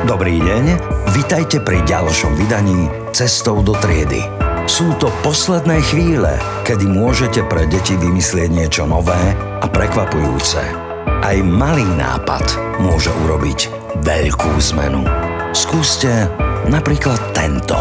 Dobrý deň, vitajte pri ďalšom vydaní Cestou do triedy. Sú to posledné chvíle, kedy môžete pre deti vymyslieť niečo nové a prekvapujúce. Aj malý nápad môže urobiť veľkú zmenu. Skúste napríklad tento.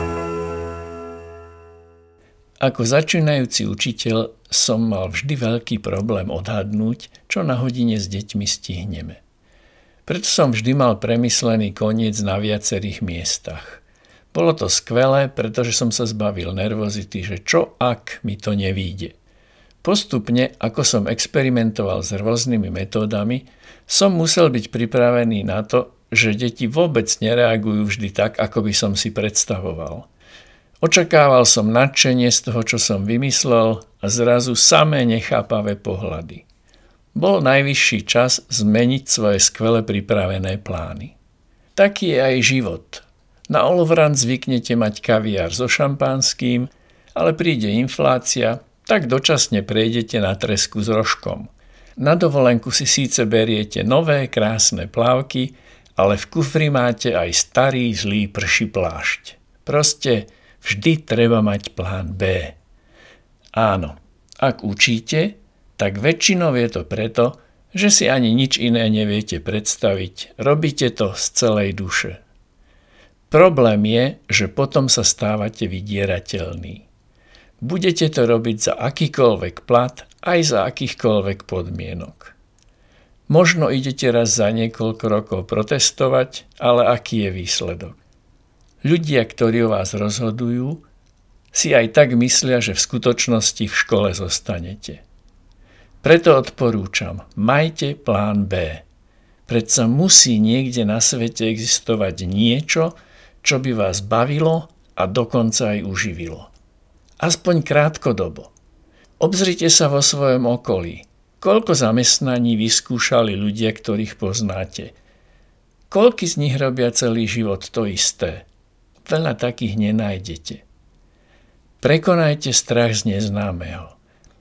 Ako začínajúci učiteľ som mal vždy veľký problém odhadnúť, čo na hodine s deťmi stihneme. Preto som vždy mal premyslený koniec na viacerých miestach. Bolo to skvelé, pretože som sa zbavil nervozity, že čo ak mi to nevíde. Postupne, ako som experimentoval s rôznymi metódami, som musel byť pripravený na to, že deti vôbec nereagujú vždy tak, ako by som si predstavoval. Očakával som nadšenie z toho, čo som vymyslel, a zrazu samé nechápavé pohľady. Bol najvyšší čas zmeniť svoje skvele pripravené plány. Taký je aj život. Na Olvrant zvyknete mať kaviár so šampanským, ale príde inflácia, tak dočasne prejdete na tresku s rožkom. Na dovolenku si síce beriete nové, krásne plávky, ale v kufri máte aj starý, zlý prší plášť. Proste vždy treba mať plán B. Áno, ak učíte, tak väčšinou je to preto, že si ani nič iné neviete predstaviť. Robíte to z celej duše. Problém je, že potom sa stávate vydierateľní. Budete to robiť za akýkoľvek plat, aj za akýchkoľvek podmienok. Možno idete raz za niekoľko rokov protestovať, ale aký je výsledok? Ľudia, ktorí o vás rozhodujú, si aj tak myslia, že v skutočnosti v škole zostanete. Preto odporúčam, majte plán B. Predsa musí niekde na svete existovať niečo, čo by vás bavilo a dokonca aj uživilo. Aspoň krátkodobo. Obzrite sa vo svojom okolí. Koľko zamestnaní vyskúšali ľudia, ktorých poznáte? Koľky z nich robia celý život to isté? Veľa takých nenájdete. Prekonajte strach z neznámeho.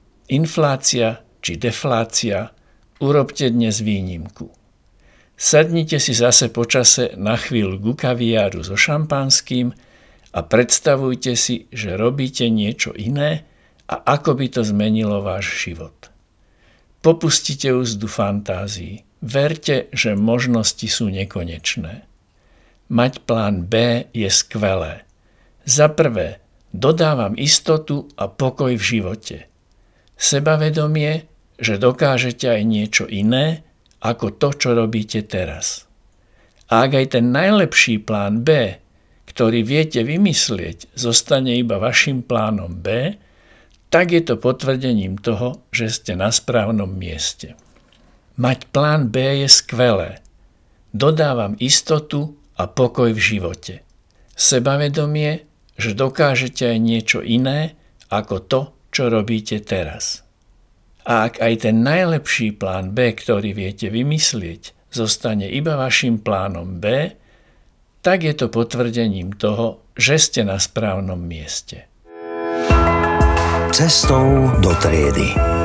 Inflácia či deflácia, urobte dnes výnimku. Sadnite si zase počase na chvíľu ku kaviáru so šampanským a predstavujte si, že robíte niečo iné a ako by to zmenilo váš život. Popustite úzdu fantázií. Verte, že možnosti sú nekonečné. Mať plán B je skvelé. Za prvé, dodávam istotu a pokoj v živote. Sebavedomie, že dokážete aj niečo iné ako to, čo robíte teraz. A ak aj ten najlepší plán B, ktorý viete vymyslieť, zostane iba vašim plánom B, tak je to potvrdením toho, že ste na správnom mieste. Mať plán B je skvelé. Dodávam istotu a pokoj v živote. Sebavedomie, že dokážete aj niečo iné ako to, čo robíte teraz. A ak aj ten najlepší plán B, ktorý viete vymyslieť, zostane iba vašim plánom B, tak je to potvrdením toho, že ste na správnom mieste. Cestou do triedy.